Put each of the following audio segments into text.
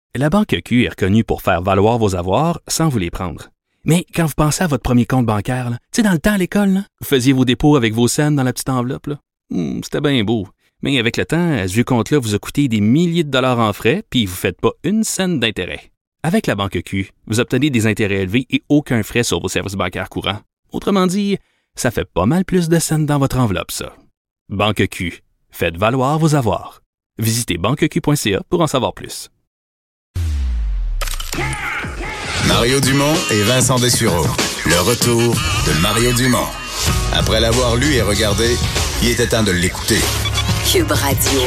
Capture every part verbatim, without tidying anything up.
La Banque Q est reconnue pour faire valoir vos avoirs sans vous les prendre. Mais quand vous pensez à votre premier compte bancaire, tu sais, dans le temps à l'école, là, vous faisiez vos dépôts avec vos scènes dans la petite enveloppe. Là. Hum, c'était bien beau. Mais avec le temps, ce vieux compte-là vous a coûté des milliers de dollars en frais, puis vous ne faites pas une scène d'intérêt. Avec la Banque Q, vous obtenez des intérêts élevés et aucun frais sur vos services bancaires courants. Autrement dit, ça fait pas mal plus de scènes dans votre enveloppe, ça. Banque Q. Faites valoir vos avoirs. Visitez banque q point c a pour en savoir plus. Mario Dumont et Vincent Dessureau. Le retour de Mario Dumont. Après l'avoir lu et regardé, il était temps de l'écouter. Cube Radio.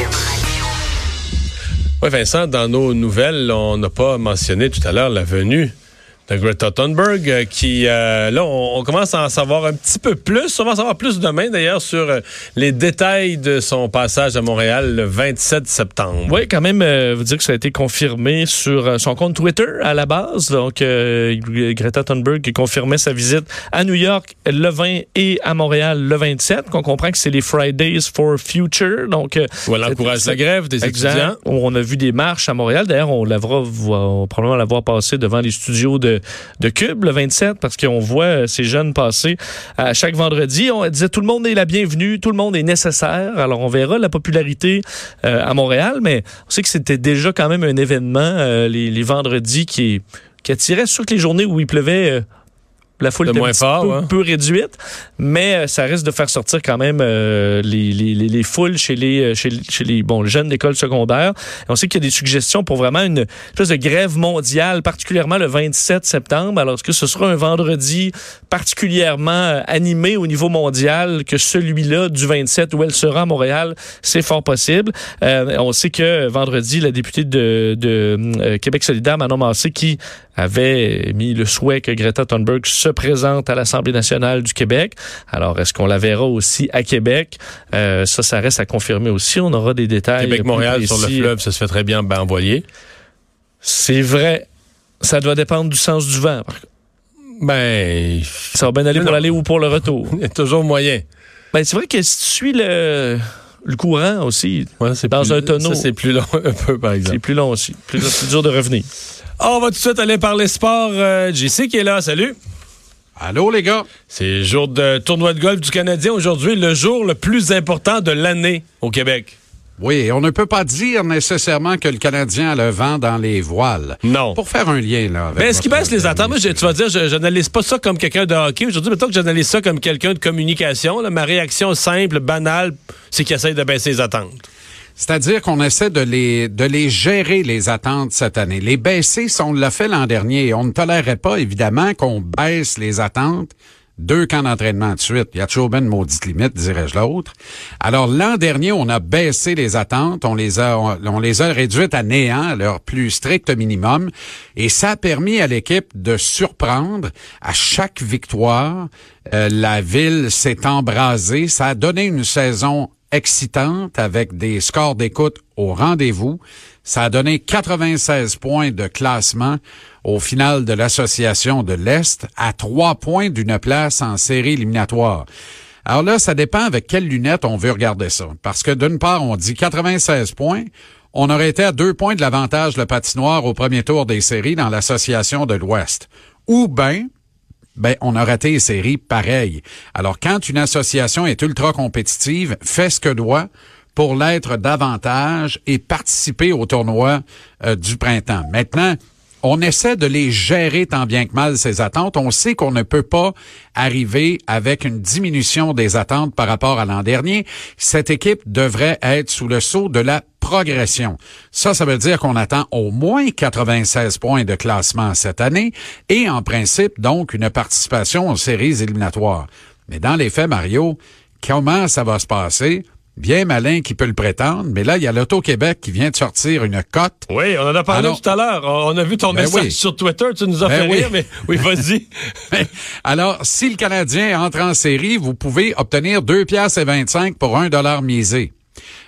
Oui, Vincent, dans nos nouvelles, on n'a pas mentionné tout à l'heure la venue de Greta Thunberg, euh, qui, euh, là, on, on commence à en savoir un petit peu plus. On va en savoir plus demain, d'ailleurs, sur euh, les détails de son passage à Montréal le vingt-sept septembre. Oui, quand même, euh, vous dire que ça a été confirmé sur euh, son compte Twitter à la base. Donc, euh, Greta Thunberg qui confirmait sa visite à New York le vingt et à Montréal le vingt-sept. On comprend que c'est les Fridays for Future. Donc, euh, où elle encourage la grève des exact, étudiants. On a vu des marches à Montréal. D'ailleurs, on la verra, on va probablement la voir passer devant les studios de de Cube le vingt-sept, parce qu'on voit ces jeunes passer à chaque vendredi. On disait tout le monde est la bienvenue, tout le monde est nécessaire. Alors on verra la popularité euh, à Montréal, mais on sait que c'était déjà quand même un événement euh, les, les vendredis qui, qui attirait sur les journées où il pleuvait. Euh, La foule était moins fort, peu, hein? peu réduite, mais euh, ça risque de faire sortir quand même euh, les, les, les, les foules chez les, chez, chez les bon, jeunes d'école secondaire. Et on sait qu'il y a des suggestions pour vraiment une espèce de grève mondiale, particulièrement le vingt-sept septembre. Alors, est-ce que ce sera un vendredi particulièrement animé au niveau mondial que celui-là du vingt-sept où elle sera à Montréal? C'est fort possible. Euh, on sait que vendredi, la députée de, de euh, Québec solidaire, Manon Massé, qui avait mis le souhait que Greta Thunberg se présente à l'Assemblée nationale du Québec. Alors, est-ce qu'on la verra aussi à Québec? Euh, ça, ça reste à confirmer aussi. On aura des détails. Québec-Montréal sur le fleuve, ça se fait très bien ben envoyer. C'est vrai. Ça doit dépendre du sens du vent. Ben... Ça va bien aller pour l'aller ou pour le retour. Il y a toujours moyen. Ben, c'est vrai que si tu suis le... Le courant aussi, ouais, c'est dans plus, un tonneau. Ça, c'est plus long un peu, par exemple. C'est plus long aussi. Plus, plus dur de revenir. On va tout de suite aller parler sport. Euh, J C qui est là, salut. Allô, les gars. C'est jour de tournoi de golf du Canadien aujourd'hui, le jour le plus important de l'année au Québec. Oui, on ne peut pas dire nécessairement que le Canadien a le vent dans les voiles. Non. Pour faire un lien, là. Avec Mais est-ce qu'il baisse les attentes? Moi, je, tu vas dire, je, je n'analyse pas ça comme quelqu'un de hockey. Aujourd'hui, mettons que j'analyse ça comme quelqu'un de communication. Là, ma réaction simple, banale, c'est qu'il essaie de baisser les attentes. C'est-à-dire qu'on essaie de les de les gérer, les attentes cette année. Les baisser, si on l'a fait l'an dernier, on ne tolérerait pas, évidemment, qu'on baisse les attentes. Deux camps d'entraînement de suite. Il y a toujours bien une maudite limite, dirais-je l'autre. Alors, l'an dernier, on a baissé les attentes. On les a, on, on les a réduites à néant, à leur plus strict minimum. Et ça a permis à l'équipe de surprendre à chaque victoire. Euh, la ville s'est embrasée. Ça a donné une saison excitante avec des scores d'écoute au rendez-vous. Ça a donné quatre-vingt-seize points de classement au final de l'association de l'Est, à trois points d'une place en série éliminatoire. Alors là, ça dépend avec quelles lunettes on veut regarder ça. Parce que d'une part, on dit quatre-vingt-seize points, on aurait été à deux points de l'avantage le patinoire au premier tour des séries dans l'association de l'Ouest. Ou bien, ben, on a raté les séries pareil. Alors, quand une association est ultra compétitive, fait ce que doit pour l'être davantage et participer au tournoi euh, du printemps. Maintenant, on essaie de les gérer tant bien que mal, ces attentes. On sait qu'on ne peut pas arriver avec une diminution des attentes par rapport à l'an dernier. Cette équipe devrait être sous le sceau de la progression. Ça, ça veut dire qu'on attend au moins quatre-vingt-seize points de classement cette année et, en principe, donc, une participation aux séries éliminatoires. Mais dans les faits, Mario, comment ça va se passer? Bien malin qui peut le prétendre, mais là, il y a l'Auto-Québec qui vient de sortir une cote. Oui, on en a parlé Alors, tout à l'heure. On a vu ton ben message oui. sur Twitter, tu nous as Ben fait oui. rire, mais oui, vas-y. Alors, si le Canadien entre en série, vous pouvez obtenir deux piastres et vingt-cinq pour un dollar misé.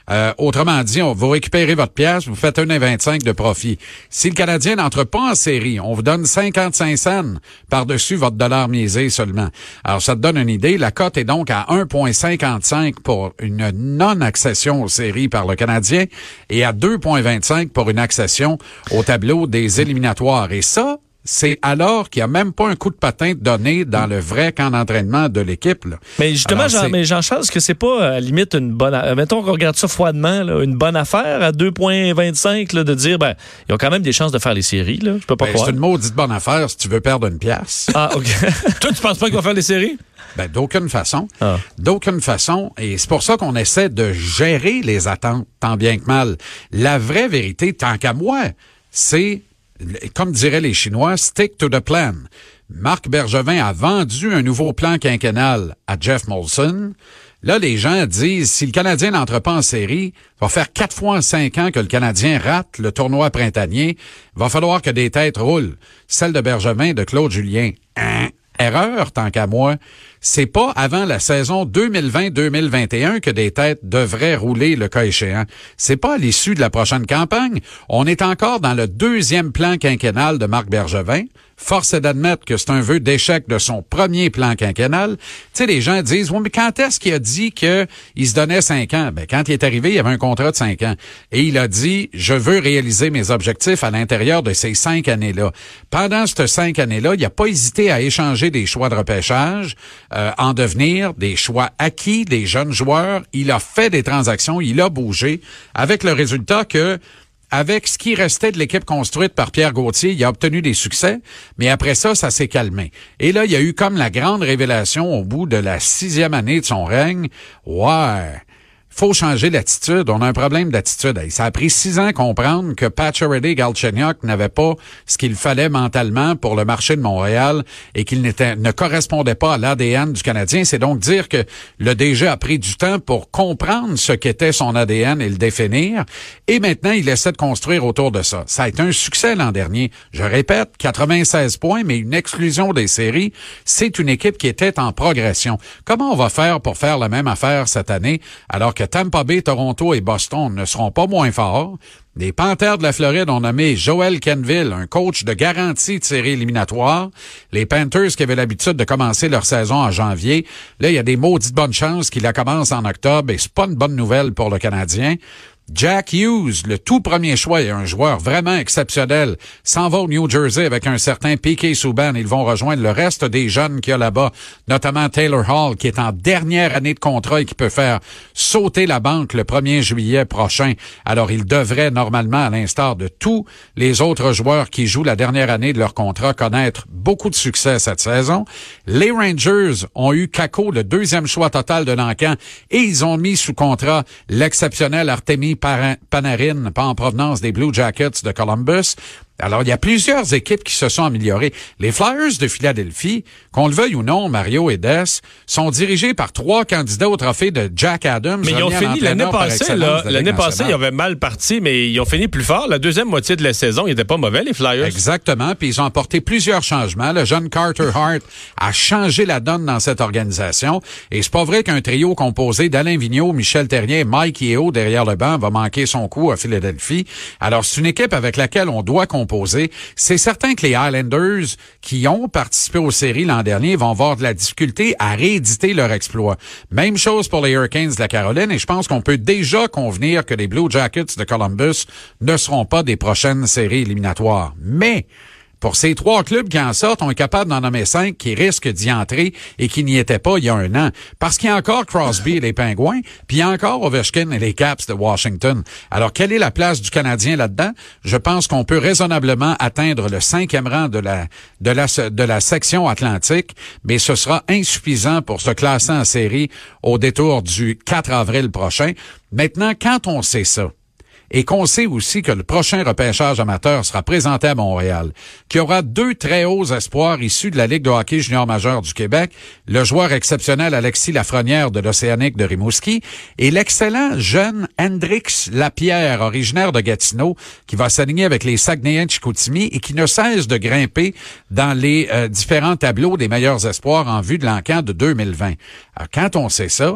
Euh, autrement dit, on vous récupérez votre pièce, vous faites un virgule vingt-cinq de profit. Si le Canadien n'entre pas en série, on vous donne cinquante-cinq cents par-dessus votre dollar misé seulement. Alors, ça te donne une idée. La cote est donc à un virgule cinquante-cinq pour une non-accession aux séries par le Canadien et à deux virgule vingt-cinq pour une accession au tableau des éliminatoires. Et ça, c'est alors qu'il n'y a même pas un coup de patin donné dans le vrai camp d'entraînement de l'équipe. Là. Mais justement, alors, Jean, mais Jean-Charles, est-ce que c'est pas à la limite une bonne... Mettons qu'on regarde ça froidement, là, une bonne affaire à deux virgule vingt-cinq là, de dire, ben, ils ont quand même des chances de faire les séries. Là. Je peux pas ben, croire. C'est une maudite bonne affaire si tu veux perdre une pièce. Ah, OK. Toi, tu penses pas qu'ils vont faire les séries? Ben, d'aucune façon. Ah. D'aucune façon. Et c'est pour ça qu'on essaie de gérer les attentes, tant bien que mal. La vraie vérité, tant qu'à moi, c'est... Comme diraient les Chinois, stick to the plan. Marc Bergevin a vendu un nouveau plan quinquennal à Jeff Molson. Là, les gens disent, si le Canadien n'entre pas en série, va faire quatre fois en cinq ans que le Canadien rate le tournoi printanier. Il va falloir que des têtes roulent. Celle de Bergevin, de Claude Julien. Hein? Erreur, tant qu'à moi. C'est pas avant la saison deux mille vingt deux mille vingt et un que des têtes devraient rouler le cas échéant. C'est pas à l'issue de la prochaine campagne. On est encore dans le deuxième plan quinquennal de Marc Bergevin. Force est d'admettre que c'est un vœu d'échec de son premier plan quinquennal. Tu sais, les gens disent, oui, mais quand est-ce qu'il a dit qu'il se donnait cinq ans? Ben, quand il est arrivé, il y avait un contrat de cinq ans. Et il a dit, je veux réaliser mes objectifs à l'intérieur de ces cinq années-là. Pendant ces cinq années-là, il n'a pas hésité à échanger des choix de repêchage, euh, en devenir des choix acquis, des jeunes joueurs. Il a fait des transactions, il a bougé, avec le résultat que avec ce qui restait de l'équipe construite par Pierre Gauthier, il a obtenu des succès, mais après ça, ça s'est calmé. Et là, il y a eu comme la grande révélation au bout de la sixième année de son règne. Ouais, faut changer d'attitude. On a un problème d'attitude. Ça a pris six ans à comprendre que Pacioretty et Galchenyuk n'avaient pas ce qu'il fallait mentalement pour le marché de Montréal et qu'ils n'étaient, ne correspondaient pas à l'A D N du Canadien. C'est donc dire que le D G a pris du temps pour comprendre ce qu'était son A D N et le définir. Et maintenant, il essaie de construire autour de ça. Ça a été un succès l'an dernier. Je répète, quatre-vingt-seize points, mais une exclusion des séries. C'est une équipe qui était en progression. Comment on va faire pour faire la même affaire cette année alors que Tampa Bay, Toronto et Boston ne seront pas moins forts? Les Panthers de la Floride ont nommé Joel Kenville, un coach de garantie de série éliminatoire. Les Panthers qui avaient l'habitude de commencer leur saison en janvier, là, il y a des maudites bonnes chances qu'ils la commencent en octobre et c'est pas une bonne nouvelle pour le Canadien. Jack Hughes, le tout premier choix et un joueur vraiment exceptionnel, s'en va au New Jersey avec un certain P K Subban. Ils vont rejoindre le reste des jeunes qu'il y a là-bas, notamment Taylor Hall, qui est en dernière année de contrat et qui peut faire sauter la banque le premier juillet prochain. Alors, il devrait normalement, à l'instar de tous les autres joueurs qui jouent la dernière année de leur contrat, connaître beaucoup de succès cette saison. Les Rangers ont eu Kakko, le deuxième choix total de l'Encan, et ils ont mis sous contrat l'exceptionnel Artemi Panarin, pas en provenance des Blue Jackets de Columbus. Alors, il y a plusieurs équipes qui se sont améliorées. Les Flyers de Philadelphie, qu'on le veuille ou non, Mario et Des, sont dirigés par trois candidats au trophée de Jack Adams. Mais ils ont fini l'année passée, là. L'année passée, ils avaient mal parti, mais ils ont fini plus fort. La deuxième moitié de la saison, ils n'étaient pas mauvais, les Flyers. Exactement. Puis ils ont apporté plusieurs changements. Le jeune Carter Hart a changé la donne dans cette organisation. Et c'est pas vrai qu'un trio composé d'Alain Vigneault, Michel Terrien et Mike Yeo derrière le banc va manquer son coup à Philadelphie. Alors, c'est une équipe avec laquelle on doit composer. C'est certain que les Islanders qui ont participé aux séries l'an dernier vont avoir de la difficulté à rééditer leur exploit. Même chose pour les Hurricanes de la Caroline et je pense qu'on peut déjà convenir que les Blue Jackets de Columbus ne seront pas des prochaines séries éliminatoires. Mais pour ces trois clubs qui en sortent, on est capable d'en nommer cinq qui risquent d'y entrer et qui n'y étaient pas il y a un an. Parce qu'il y a encore Crosby et les Pingouins, puis il y a encore Ovechkin et les Caps de Washington. Alors, quelle est la place du Canadien là-dedans? Je pense qu'on peut raisonnablement atteindre le cinquième rang de la, de la, de la section atlantique, mais ce sera insuffisant pour se classer en série au détour du quatre avril prochain. Maintenant, quand on sait ça, et qu'on sait aussi que le prochain repêchage amateur sera présenté à Montréal, qu'il y aura deux très hauts espoirs issus de la Ligue de hockey junior majeur du Québec, le joueur exceptionnel Alexis Lafrenière de l'Océanique de Rimouski et l'excellent jeune Hendrix Lapierre, originaire de Gatineau, qui va s'aligner avec les Saguenayens de Chicoutimi et qui ne cesse de grimper dans les euh, différents tableaux des meilleurs espoirs en vue de l'Encan de deux mille vingt. Alors, quand on sait ça,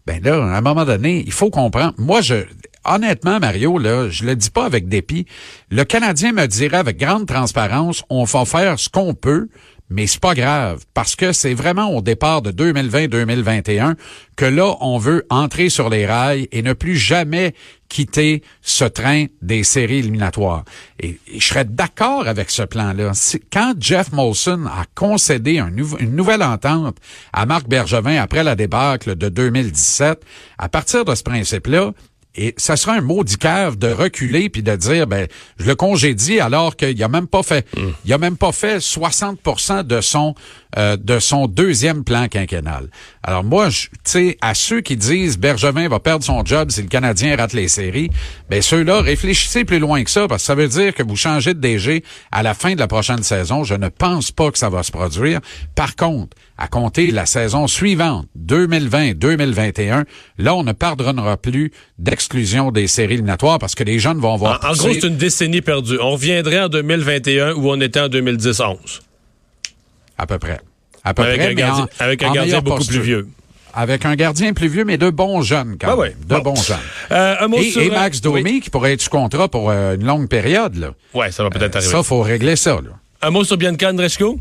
Ben là, à un moment donné, il faut comprendre. Moi, je... Honnêtement, Mario, là, je le dis pas avec dépit. Le Canadien me dirait avec grande transparence, on va faire ce qu'on peut, mais c'est pas grave, parce que c'est vraiment au départ de deux mille vingt deux mille vingt et un que là, on veut entrer sur les rails et ne plus jamais quitter ce train des séries éliminatoires. Et, et je serais d'accord avec ce plan-là. C'est, quand Jeff Molson a concédé un nou- une nouvelle entente à Marc Bergevin après la débâcle de deux mille dix-sept, à partir de ce principe-là, et ça sera un maudit cave de reculer puis de dire, ben, je le congédie alors qu'il a même pas fait, mm. il a même pas fait soixante pour cent de son, euh, de son deuxième plan quinquennal. Alors moi, tu sais, à ceux qui disent Bergevin va perdre son job si le Canadien rate les séries, ben, ceux-là, réfléchissez plus loin que ça parce que ça veut dire que vous changez de D G à la fin de la prochaine saison. Je ne pense pas que ça va se produire. Par contre, à compter de la saison suivante, deux mille vingt deux mille vingt et un, là, on ne pardonnera plus d'exclusion des séries éliminatoires parce que les jeunes vont voir... En, en gros, c'est une décennie perdue. On reviendrait en deux mille vingt et un où on était en deux mille dix onze. À peu près. À peu avec près, un gardien, en, avec un gardien beaucoup posture. Plus vieux. Avec un gardien plus vieux, mais de bons jeunes, quand ah même. Ouais. De bon. bons jeunes. Euh, un mot et, sur, et Max Domi, oui. qui pourrait être sous contrat pour euh, une longue période, là. Ouais, ça va peut-être euh, arriver. Ça, faut régler ça, là. Un mot sur Bianca Andreescu?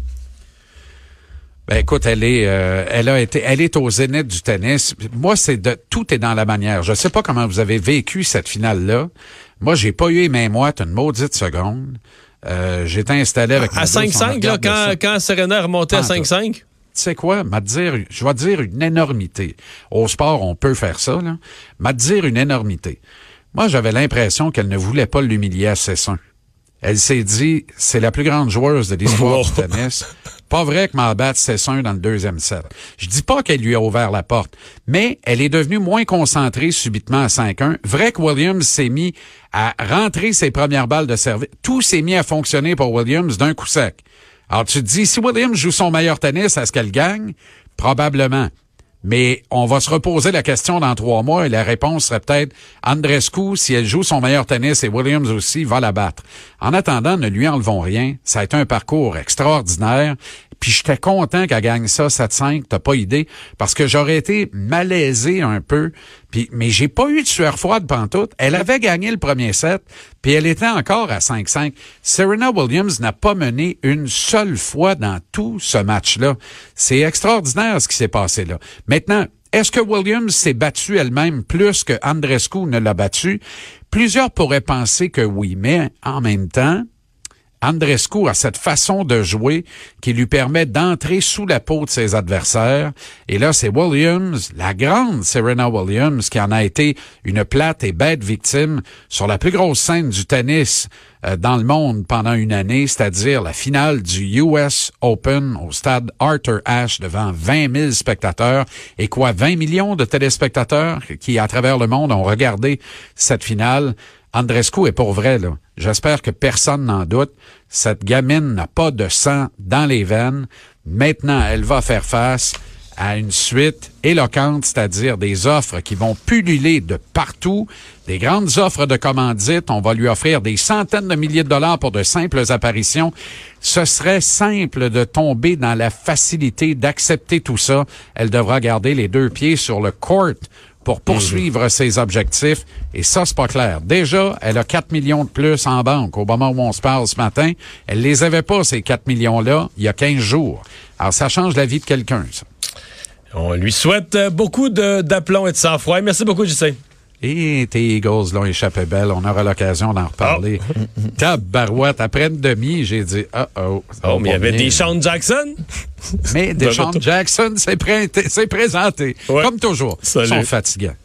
Ben écoute, elle est, euh, elle a été, elle est au zénith du tennis. Moi, c'est de tout est dans la manière. Je sais pas comment vous avez vécu cette finale-là. Moi, j'ai pas eu les mains moites une maudite seconde. Euh, j'étais installé avec à cinq cinq là, quand, quand Serena remontait à cinq cinq. Tu sais quoi, m'a dire, je vais te dire une énormité. Au sport, on peut faire ça, là. M'a dire une énormité. Moi, j'avais l'impression qu'elle ne voulait pas l'humilier à Cesson. Elle s'est dit, c'est la plus grande joueuse de l'histoire du tennis. Pas vrai que m'a battu Cesson dans le deuxième set. Je dis pas qu'elle lui a ouvert la porte, mais elle est devenue moins concentrée subitement à cinq un. Vrai que Williams s'est mis à rentrer ses premières balles de service. Tout s'est mis à fonctionner pour Williams d'un coup sec. Alors tu te dis, si Williams joue son meilleur tennis, est-ce qu'elle gagne? Probablement. Mais on va se reposer la question dans trois mois et la réponse serait peut-être Andreescu, si elle joue son meilleur tennis et Williams aussi, va la battre. En attendant, ne lui enlevons rien. Ça a été un parcours extraordinaire. Puis j'étais content qu'elle gagne ça sept cinq, t'as pas idée, parce que j'aurais été malaisé un peu. Puis mais j'ai pas eu de sueur froide pantoute. Elle avait gagné le premier set, puis elle était encore à cinq cinq. Serena Williams n'a pas mené une seule fois dans tout ce match-là. C'est extraordinaire ce qui s'est passé là. Maintenant, est-ce que Williams s'est battue elle-même plus que Andreescu ne l'a battue? Plusieurs pourraient penser que oui, mais en même temps, Andreescu a cette façon de jouer qui lui permet d'entrer sous la peau de ses adversaires. Et là, c'est Williams, la grande Serena Williams, qui en a été une plate et bête victime sur la plus grosse scène du tennis euh, dans le monde pendant une année, c'est-à-dire la finale du U S Open au stade Arthur Ashe devant vingt mille spectateurs. Et quoi, vingt millions de téléspectateurs qui, à travers le monde, ont regardé cette finale. Andreescu est pour vrai, là. J'espère que personne n'en doute. Cette gamine n'a pas de sang dans les veines. Maintenant, elle va faire face à une suite éloquente, c'est-à-dire des offres qui vont pulluler de partout, des grandes offres de commandite. On va lui offrir des centaines de milliers de dollars pour de simples apparitions. Ce serait simple de tomber dans la facilité d'accepter tout ça. Elle devra garder les deux pieds sur le court pour poursuivre mmh. ses objectifs. Et ça, c'est pas clair. Déjà, elle a quatre millions de plus en banque au moment où on se parle ce matin. Elle les avait pas, ces quatre millions-là, il y a quinze jours. Alors, ça change la vie de quelqu'un, ça. On lui souhaite beaucoup de, d'aplomb et de sang-froid. Merci beaucoup, J C. Et tes Eagles l'ont échappé belle. On aura l'occasion d'en reparler. Oh. Tabarouette. Après une demi, j'ai dit, oh oh. Oh, mais il y avait Deshaun Jackson. Mais Deshaun Jackson s'est, pré- s'est présenté. Ouais. Comme toujours. Salut. Ils sont fatigants.